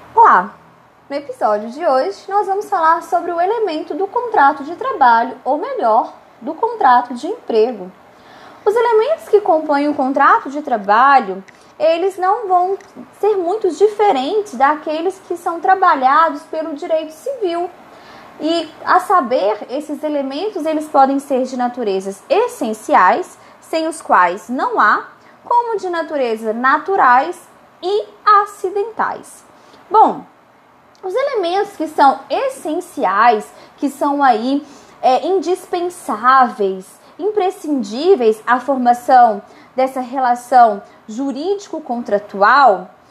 Olá! No episódio de hoje, nós vamos falar sobre o elemento do contrato de trabalho, ou melhor, do contrato de emprego. Os elementos que compõem o contrato de trabalho, eles não vão ser muito diferentes daqueles que são trabalhados pelo direito civil. E, a saber, esses elementos eles podem ser de naturezas essenciais, sem os quais não há, como de natureza naturais e acidentais. Bom, os elementos que são essenciais, que são aí indispensáveis, imprescindíveis à formação dessa relação jurídico-contratual,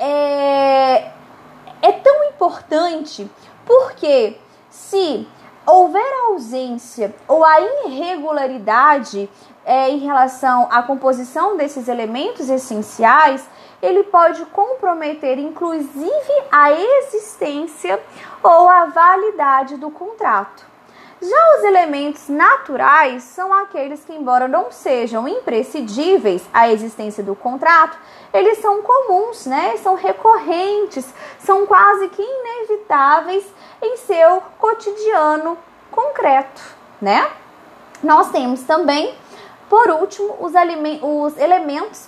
é tão importante porque se houver ausência ou a irregularidade em relação à composição desses elementos essenciais, ele pode comprometer, inclusive, a existência ou a validade do contrato. Já os elementos naturais são aqueles que, embora não sejam imprescindíveis à existência do contrato, eles são comuns, né? São recorrentes, são quase que inevitáveis em seu cotidiano concreto, né? Nós temos também, por último, os elementos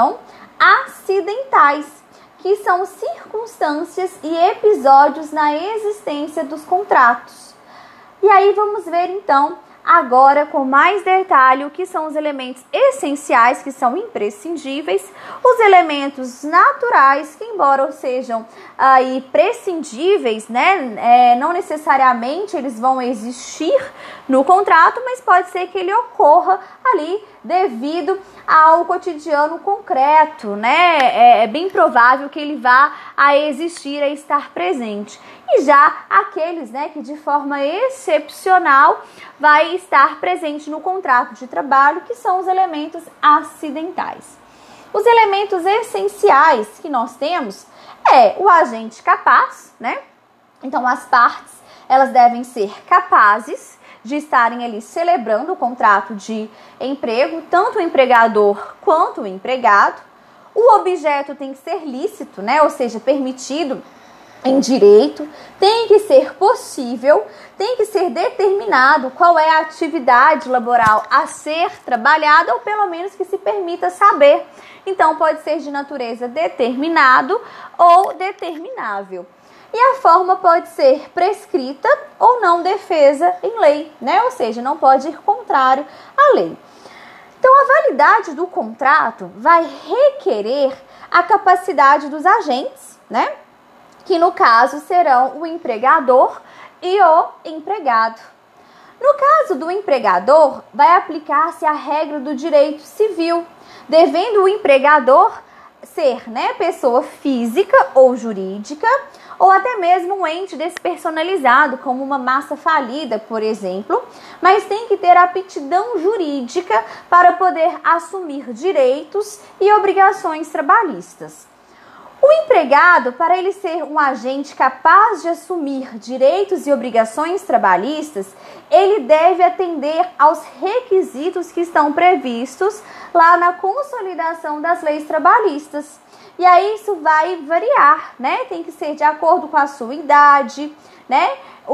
acidentais, que são circunstâncias e episódios na existência dos contratos. E aí vamos ver então agora com mais detalhe o que são os elementos essenciais, que são imprescindíveis, os elementos naturais, que embora sejam aí prescindíveis, né, não necessariamente eles vão existir no contrato, mas pode ser que ele ocorra ali devido ao cotidiano concreto, né? É bem provável que ele vá a existir, a estar presente. E já aqueles, né, que de forma excepcional vai estar presente no contrato de trabalho, que são os elementos acidentais. Os elementos essenciais que nós temos é o agente capaz, né? Então as partes, elas devem ser capazes de estarem ali celebrando o contrato de emprego, tanto o empregador quanto o empregado. O objeto tem que ser lícito, né? Ou seja, permitido em direito, tem que ser possível, tem que ser determinado qual é a atividade laboral a ser trabalhada, ou pelo menos que se permita saber. Então, pode ser de natureza determinado ou determinável. E a forma pode ser prescrita ou não defesa em lei, né? Ou seja, não pode ir contrário à lei. Então, a validade do contrato vai requerer a capacidade dos agentes, né? Que no caso serão o empregador e o empregado. No caso do empregador, vai aplicar-se a regra do direito civil, devendo o empregador ser, né, pessoa física ou jurídica, ou até mesmo um ente despersonalizado, como uma massa falida, por exemplo, mas tem que ter aptidão jurídica para poder assumir direitos e obrigações trabalhistas. O empregado, para ele ser um agente capaz de assumir direitos e obrigações trabalhistas, ele deve atender aos requisitos que estão previstos lá na consolidação das leis trabalhistas. E aí isso vai variar, né? Tem que ser de acordo com a sua idade, né?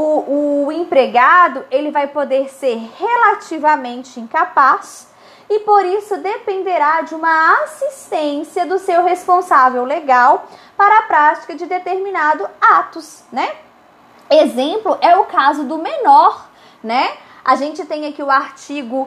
O empregado, ele vai poder ser relativamente incapaz, e por isso dependerá de uma assistência do seu responsável legal para a prática de determinado atos, né? Exemplo é o caso do menor, né? A gente tem aqui o artigo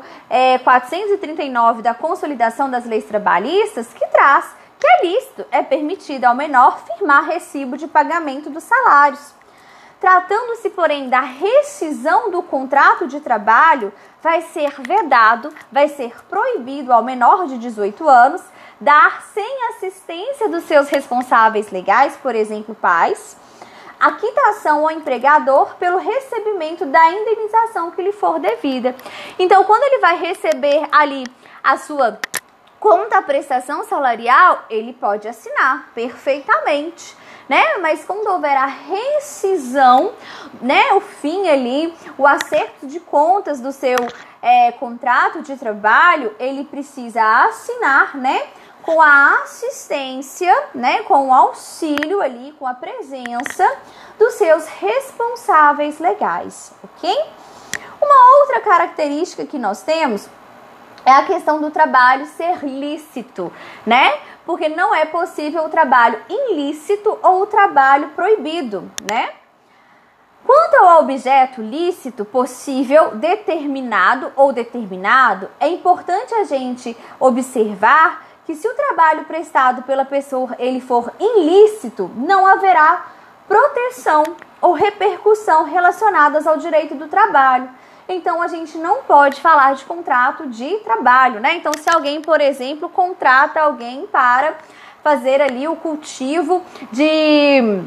439 da Consolidação das Leis Trabalhistas, que traz que é lícito, é permitido ao menor firmar recibo de pagamento dos salários. Tratando-se, porém, da rescisão do contrato de trabalho, vai ser vedado, vai ser proibido ao menor de 18 anos dar, sem assistência dos seus responsáveis legais, por exemplo, pais, a quitação ao empregador pelo recebimento da indenização que lhe for devida. Então, quando ele vai receber ali a sua conta-prestação salarial, ele pode assinar perfeitamente, né? Mas quando houver a rescisão, né, o fim ali, o acerto de contas do seu contrato de trabalho, ele precisa assinar, né, com a assistência, né, com o auxílio ali, com a presença dos seus responsáveis legais, ok? Uma outra característica que nós temos é a questão do trabalho ser lícito, né? Porque não é possível o trabalho ilícito ou o trabalho proibido, né? Quanto ao objeto lícito, possível, determinado ou determinado, é importante a gente observar que se o trabalho prestado pela pessoa ele for ilícito, não haverá proteção ou repercussão relacionadas ao direito do trabalho. Então, a gente não pode falar de contrato de trabalho, né? Então, se alguém, por exemplo, contrata alguém para fazer ali o cultivo de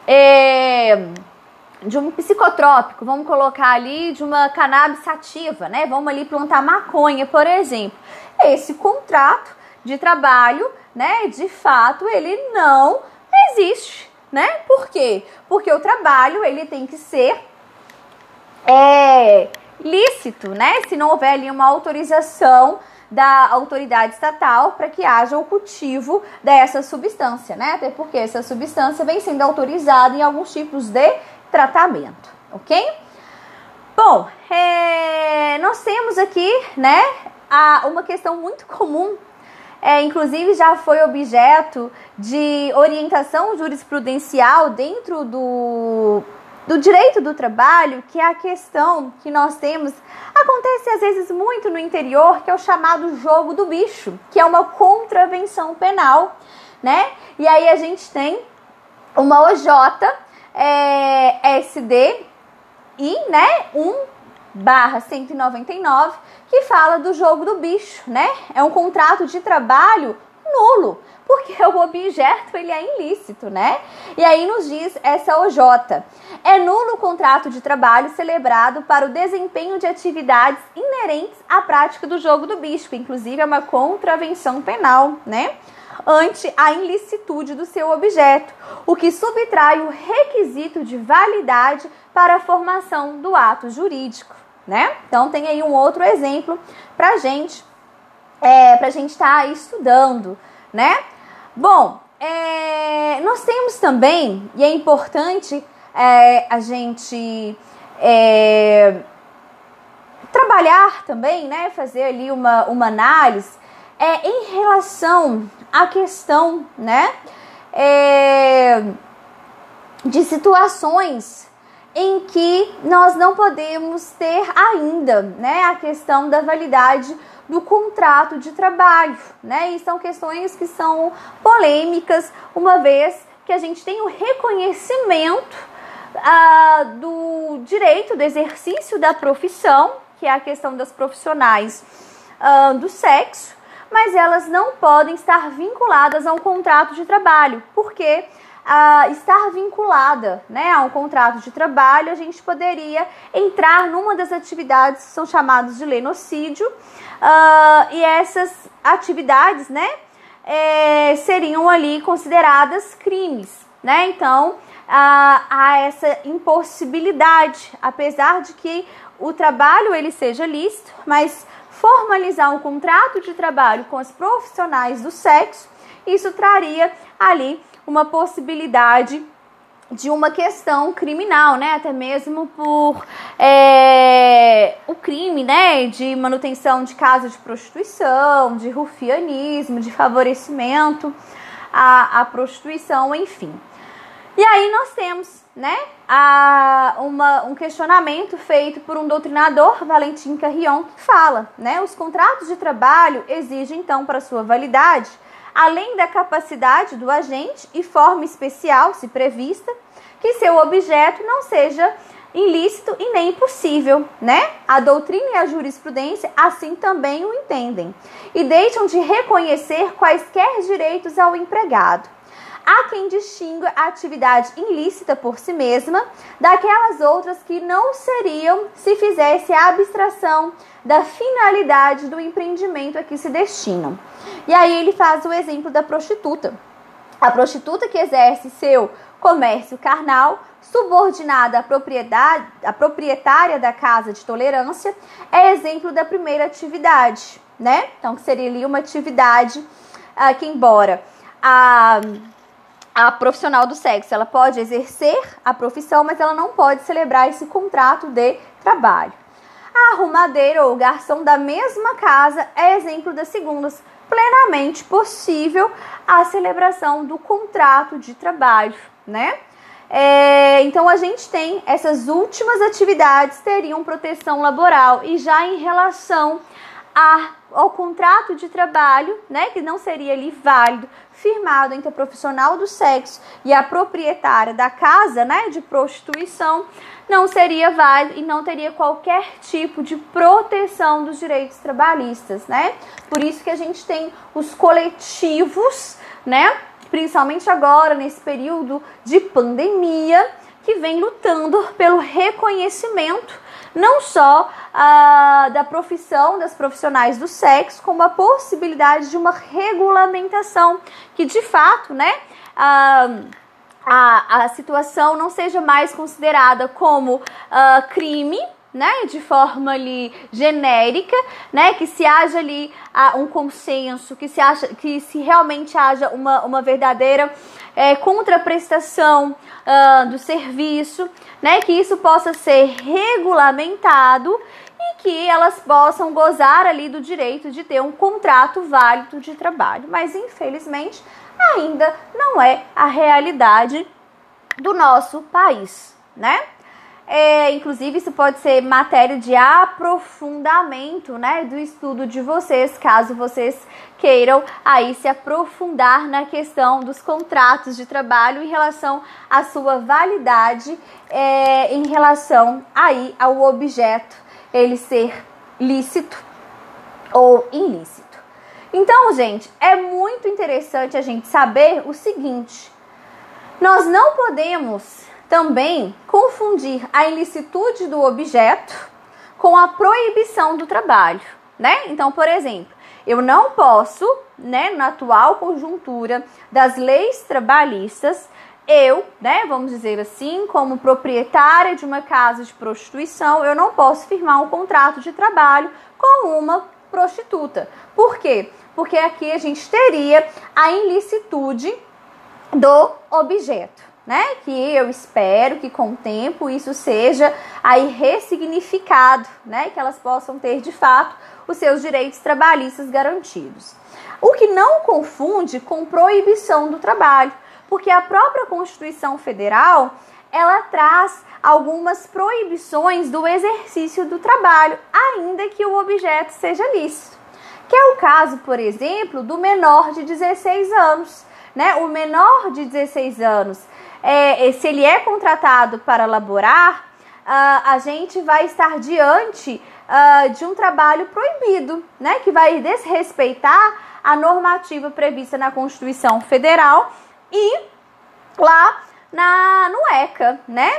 um psicotrópico, vamos colocar ali de uma cannabis sativa, né? Vamos ali plantar maconha, por exemplo. Esse contrato de trabalho, né, de fato, ele não existe, né? Por quê? Porque o trabalho, ele tem que ser lícito, né? Se não houver ali uma autorização da autoridade estatal para que haja o cultivo dessa substância, né? Até porque essa substância vem sendo autorizada em alguns tipos de tratamento, ok? Bom, nós temos aqui, né, uma questão muito comum, inclusive já foi objeto de orientação jurisprudencial dentro do direito do trabalho, que é a questão que nós temos, acontece às vezes muito no interior, que é o chamado jogo do bicho, que é uma contravenção penal, né? E aí a gente tem uma OJ, SD e, né, 1/199, que fala do jogo do bicho, né? É um contrato de trabalho nulo, porque o objeto ele é ilícito, né? E aí nos diz essa OJ: é nulo o contrato de trabalho celebrado para o desempenho de atividades inerentes à prática do jogo do bicho, que inclusive é uma contravenção penal, né? Ante a ilicitude do seu objeto, o que subtrai o requisito de validade para a formação do ato jurídico, né? Então tem aí um outro exemplo pra gente estar estudando, né? Bom, nós temos também, e é importante a gente trabalhar também, né? Fazer ali uma análise em relação à questão, né? De situações em que nós não podemos ter ainda, né, a questão da validade do contrato de trabalho, né? E são questões que são polêmicas, uma vez que a gente tem o reconhecimento do direito do exercício da profissão, que é a questão das profissionais do sexo, mas elas não podem estar vinculadas a um contrato de trabalho, porque estar vinculada, né, a um contrato de trabalho, a gente poderia entrar numa das atividades que são chamadas de lenocídio, e essas atividades, né, seriam ali consideradas crimes, né? Então há essa impossibilidade, apesar de que o trabalho ele seja lícito, mas formalizar um contrato de trabalho com os profissionais do sexo, isso traria ali uma possibilidade de uma questão criminal, né? Até mesmo por o crime, né, de manutenção de casa de prostituição, de rufianismo, de favorecimento à prostituição, enfim. E aí nós temos, né, um questionamento feito por um doutrinador, Valentin Carrion, que fala, né, os contratos de trabalho exigem, então, para sua validade, além da capacidade do agente e forma especial, se prevista, que seu objeto não seja ilícito e nem impossível, né? A doutrina e a jurisprudência assim também o entendem e deixam de reconhecer quaisquer direitos ao empregado. Há quem distinga a atividade ilícita por si mesma daquelas outras que não seriam se fizesse a abstração da finalidade do empreendimento a que se destinam. E aí ele faz o exemplo da prostituta. A prostituta que exerce seu comércio carnal, subordinada à proprietária da casa de tolerância, é exemplo da primeira atividade, né? Então, que seria ali uma atividade que embora a profissional do sexo, ela pode exercer a profissão, mas ela não pode celebrar esse contrato de trabalho. A arrumadeira ou garçom da mesma casa é exemplo das segundas. Plenamente possível a celebração do contrato de trabalho, né? Então, a gente tem essas últimas atividades teriam proteção laboral e já em relação ao contrato de trabalho, né, que não seria ali válido, firmado entre a profissional do sexo e a proprietária da casa, né, de prostituição, não seria válido e não teria qualquer tipo de proteção dos direitos trabalhistas, né? Por isso que a gente tem os coletivos, né, principalmente agora nesse período de pandemia, que vem lutando pelo reconhecimento não só da profissão, das profissionais do sexo, como a possibilidade de uma regulamentação, que de fato, né, a situação não seja mais considerada como crime, né, de forma ali genérica, né, que se haja ali um consenso, que se realmente haja uma verdadeira contraprestação do serviço, né, que isso possa ser regulamentado e que elas possam gozar ali do direito de ter um contrato válido de trabalho. Mas infelizmente ainda não é a realidade do nosso país, né? Inclusive, isso pode ser matéria de aprofundamento, né, do estudo de vocês, caso vocês queiram aí se aprofundar na questão dos contratos de trabalho em relação à sua validade, em relação aí ao objeto, ele ser lícito ou ilícito. Então, gente, é muito interessante a gente saber o seguinte: nós não podemos também confundir a ilicitude do objeto com a proibição do trabalho, né? Então, por exemplo, eu não posso, né, na atual conjuntura das leis trabalhistas, né, vamos dizer assim, como proprietária de uma casa de prostituição, eu não posso firmar um contrato de trabalho com uma prostituta. Por quê? Porque aqui a gente teria a ilicitude do objeto, né? Que eu espero que com o tempo isso seja aí ressignificado, né? Que elas possam ter de fato os seus direitos trabalhistas garantidos. O que não confunde com proibição do trabalho, porque a própria Constituição Federal, ela traz algumas proibições do exercício do trabalho, ainda que o objeto seja lícito. Que é o caso, por exemplo, do menor de 16 anos, né? O menor de 16 anos, se ele é contratado para laborar, a gente vai estar diante de um trabalho proibido, né, que vai desrespeitar a normativa prevista na Constituição Federal e lá no ECA, né?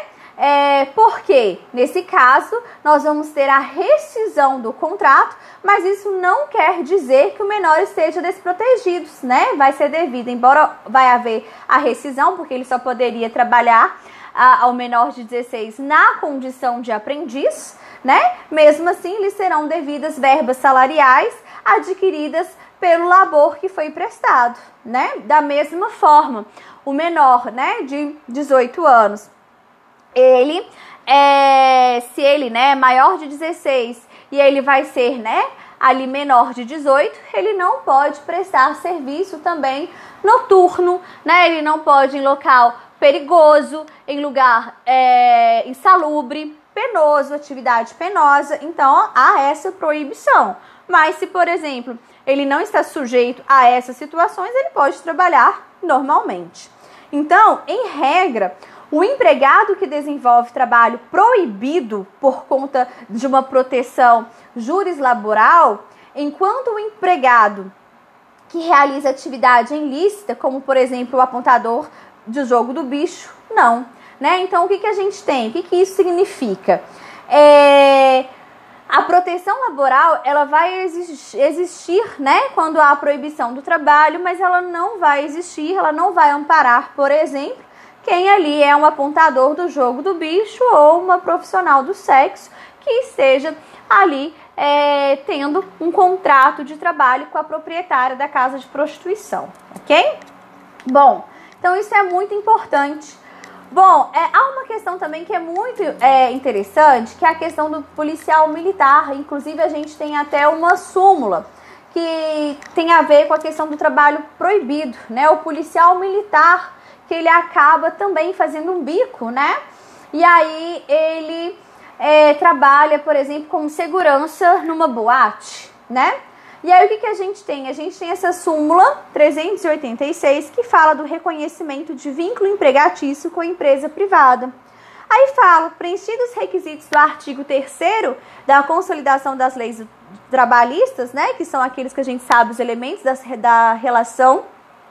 Porque, nesse caso, nós vamos ter a rescisão do contrato, mas isso não quer dizer que o menor esteja desprotegido, né? Vai ser devido, embora vai haver a rescisão, porque ele só poderia trabalhar ao menor de 16 na condição de aprendiz, né? Mesmo assim, lhes serão devidas verbas salariais adquiridas pelo labor que foi prestado, né? Da mesma forma, o menor, né, de 18 anos, se ele, né, é maior de 16 e ele vai ser, né, ali menor de 18, ele não pode prestar serviço também noturno, né? Ele não pode em local perigoso, em lugar insalubre, penoso, atividade penosa. Então, há essa proibição. Mas se, por exemplo, ele não está sujeito a essas situações, ele pode trabalhar normalmente. Então, em regra, o empregado que desenvolve trabalho proibido por conta de uma proteção jurislaboral, enquanto o empregado que realiza atividade ilícita, como por exemplo o apontador de jogo do bicho, não, né? Então, o que a gente tem? O que isso significa? A proteção laboral, ela vai existir, né, quando há a proibição do trabalho, mas ela não vai existir, ela não vai amparar, por exemplo, quem ali é um apontador do jogo do bicho ou uma profissional do sexo que esteja ali tendo um contrato de trabalho com a proprietária da casa de prostituição, ok? Bom, então isso é muito importante. Bom, há uma questão também que é muito interessante, que é a questão do policial militar. Inclusive, a gente tem até uma súmula que tem a ver com a questão do trabalho proibido, né? O policial militar, que ele acaba também fazendo um bico, né? E aí ele trabalha, por exemplo, como segurança numa boate, né? E aí o que a gente tem? A gente tem essa súmula 386 que fala do reconhecimento de vínculo empregatício com a empresa privada. Aí fala, preenchidos os requisitos do artigo 3º da consolidação das leis trabalhistas, né, que são aqueles que a gente sabe os elementos da relação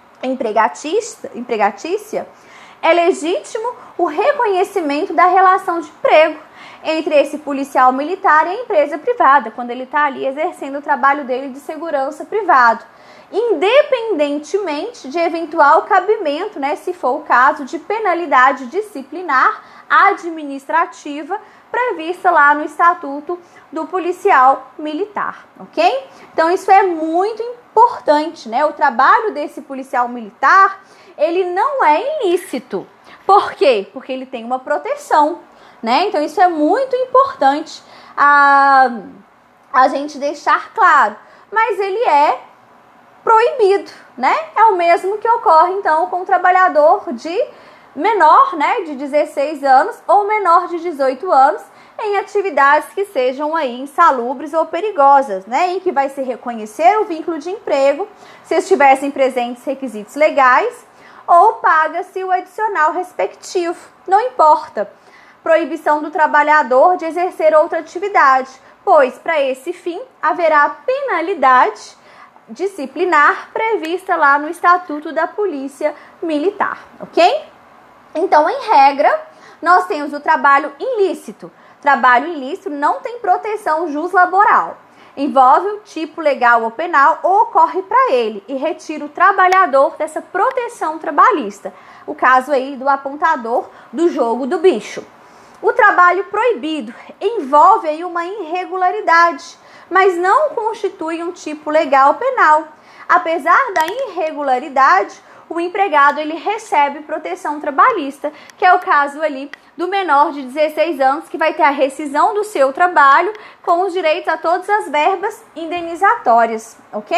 empregatícia, é legítimo o reconhecimento da relação de emprego entre esse policial militar e a empresa privada, quando ele está ali exercendo o trabalho dele de segurança privado, independentemente de eventual cabimento, né, se for o caso, de penalidade disciplinar administrativa prevista lá no Estatuto do Policial Militar, ok? Então isso é muito importante, né? O trabalho desse policial militar, ele não é ilícito. Por quê? Porque ele tem uma proteção, né? Então isso é muito importante a gente deixar claro. Mas ele é proibido, né? É o mesmo que ocorre então com o trabalhador de menor, né, de 16 anos ou menor de 18 anos em atividades que sejam aí insalubres ou perigosas, né, em que vai se reconhecer o vínculo de emprego se estivessem presentes requisitos legais ou paga-se o adicional respectivo, não importa. Proibição do trabalhador de exercer outra atividade, pois para esse fim haverá penalidade disciplinar prevista lá no Estatuto da Polícia Militar, ok? Então, em regra, nós temos o trabalho ilícito. Trabalho ilícito não tem proteção juslaboral. Envolve o tipo legal ou penal ou ocorre para ele e retira o trabalhador dessa proteção trabalhista. O caso aí do apontador do jogo do bicho. O trabalho proibido envolve aí uma irregularidade, mas não constitui um tipo legal ou penal. Apesar da irregularidade, o empregado ele recebe proteção trabalhista, que é o caso ali do menor de 16 anos, que vai ter a rescisão do seu trabalho com os direitos a todas as verbas indenizatórias, ok?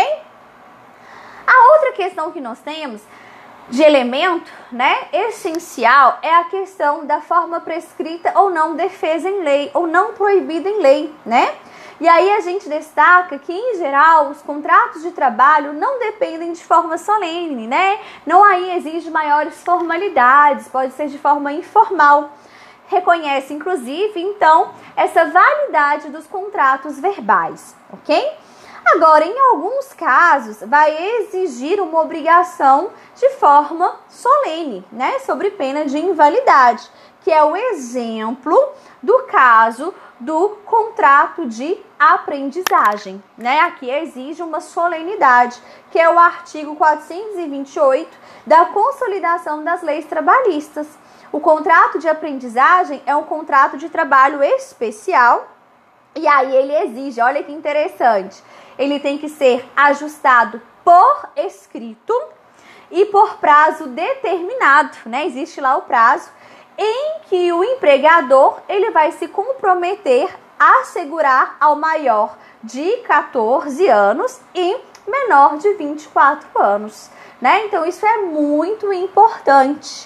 A outra questão que nós temos de elemento, né, essencial é a questão da forma prescrita ou não defesa em lei, ou não proibida em lei, né? E aí a gente destaca que, em geral, os contratos de trabalho não dependem de forma solene, né? Não aí exige maiores formalidades, pode ser de forma informal. Reconhece, inclusive, então, essa validade dos contratos verbais, ok? Agora, em alguns casos, vai exigir uma obrigação de forma solene, né? Sobre pena de invalidade, que é o exemplo do caso do contrato de aprendizagem, né? Aqui exige uma solenidade, que é o artigo 428 da Consolidação das Leis Trabalhistas. O contrato de aprendizagem é um contrato de trabalho especial e aí ele exige, olha que interessante, ele tem que ser ajustado por escrito e por prazo determinado, né? Existe lá o prazo em que o empregador ele vai se comprometer a assegurar ao maior de 14 anos e menor de 24 anos, né? Então isso é muito importante.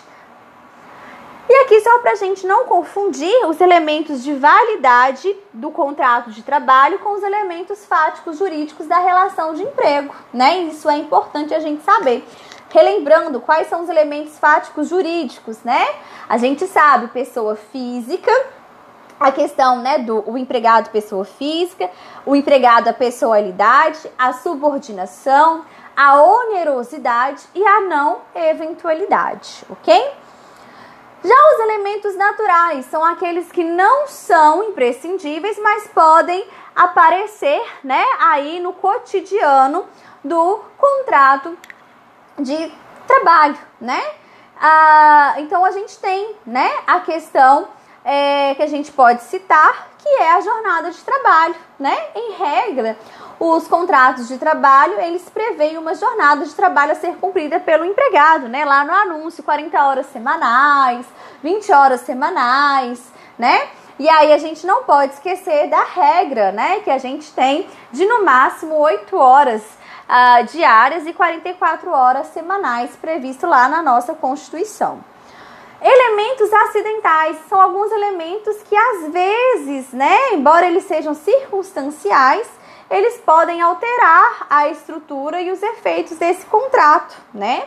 E aqui só para a gente não confundir os elementos de validade do contrato de trabalho com os elementos fáticos jurídicos da relação de emprego, né? Isso é importante a gente saber. Relembrando quais são os elementos fáticos jurídicos, né? A gente sabe pessoa física, a questão, né, o empregado pessoa física, o empregado a pessoalidade, a subordinação, a onerosidade e a não eventualidade, ok? Já os elementos naturais são aqueles que não são imprescindíveis, mas podem aparecer, né, aí no cotidiano do contrato de trabalho, né? Então a gente tem, né, a questão que a gente pode citar, que é a jornada de trabalho, né? Em regra, os contratos de trabalho, eles preveem uma jornada de trabalho a ser cumprida pelo empregado, né? Lá no anúncio, 40 horas semanais, 20 horas semanais, né? E aí a gente não pode esquecer da regra, né? Que a gente tem de no máximo 8 horas diárias e 44 horas semanais previsto lá na nossa Constituição. Elementos acidentais são alguns elementos que às vezes, né, embora eles sejam circunstanciais, eles podem alterar a estrutura e os efeitos desse contrato, né?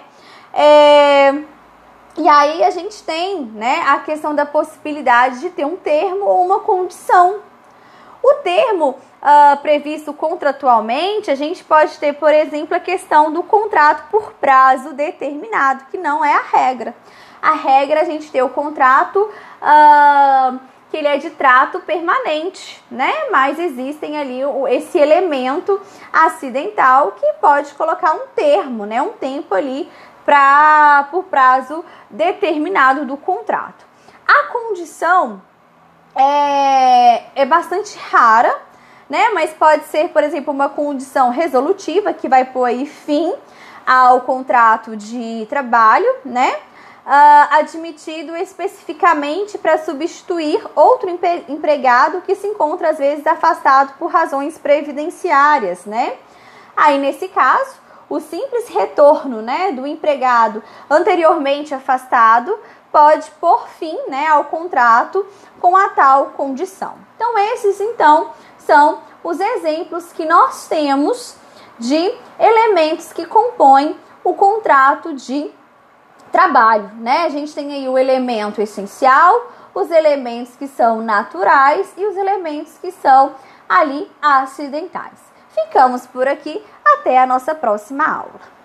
E aí a gente tem, né, a questão da possibilidade de ter um termo ou uma condição. O termo previsto contratualmente, a gente pode ter, por exemplo, a questão do contrato por prazo determinado, que não é a regra. A regra é a gente ter o contrato que ele é de trato permanente, né? Mas existem ali esse elemento acidental que pode colocar um termo, né? Um tempo ali por prazo determinado do contrato. A condição é bastante rara, né? Mas pode ser, por exemplo, uma condição resolutiva que vai pôr aí fim ao contrato de trabalho, né? Admitido especificamente para substituir outro empregado que se encontra às vezes afastado por razões previdenciárias, né? Aí nesse caso, o simples retorno, né, do empregado anteriormente afastado pode pôr fim, né, ao contrato com a tal condição. Então esses então são os exemplos que nós temos de elementos que compõem o contrato de trabalho, né? A gente tem aí o elemento essencial, os elementos que são naturais e os elementos que são ali acidentais. Ficamos por aqui, até a nossa próxima aula.